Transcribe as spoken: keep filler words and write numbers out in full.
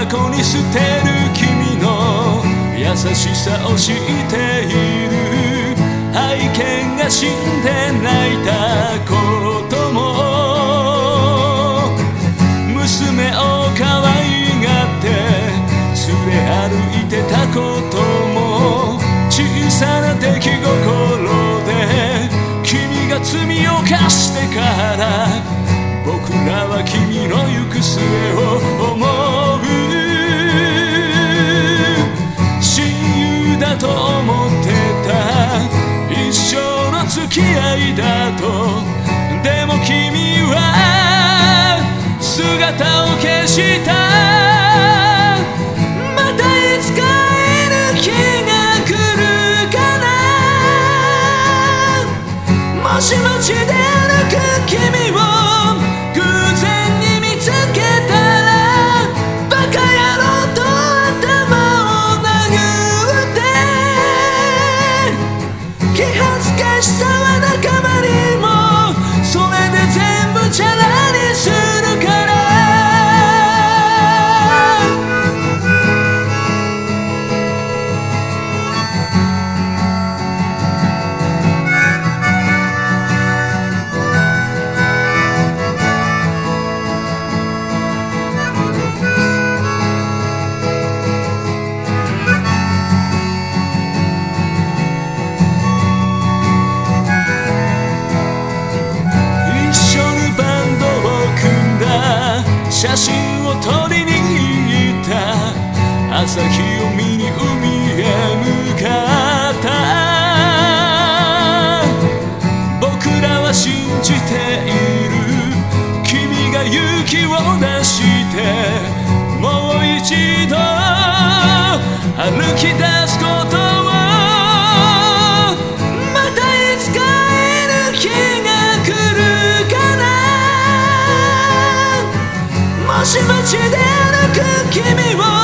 箱に捨てる君の優しさを知っている。愛犬が死んで泣いたことも、娘を可愛がって連れ歩いてたことも、小さな出来心で君が罪を犯してから、僕らは君の行く末を思う。親友だと思ってた、一生の付き合いだと。でも君は姿を消した。またいつか会える日が来るかな。もしも地で歩く君を偶然に見つけたら、バカ野郎と頭を殴って気恥ずかしさは仲間にも、それで全部チャラにするから。写真を撮りに行った。朝日を見に海へ向かった。僕らは信じている。君が勇気を出してもう一度歩き出すことを。またいつか会える日が来るかな。もし街で歩く君を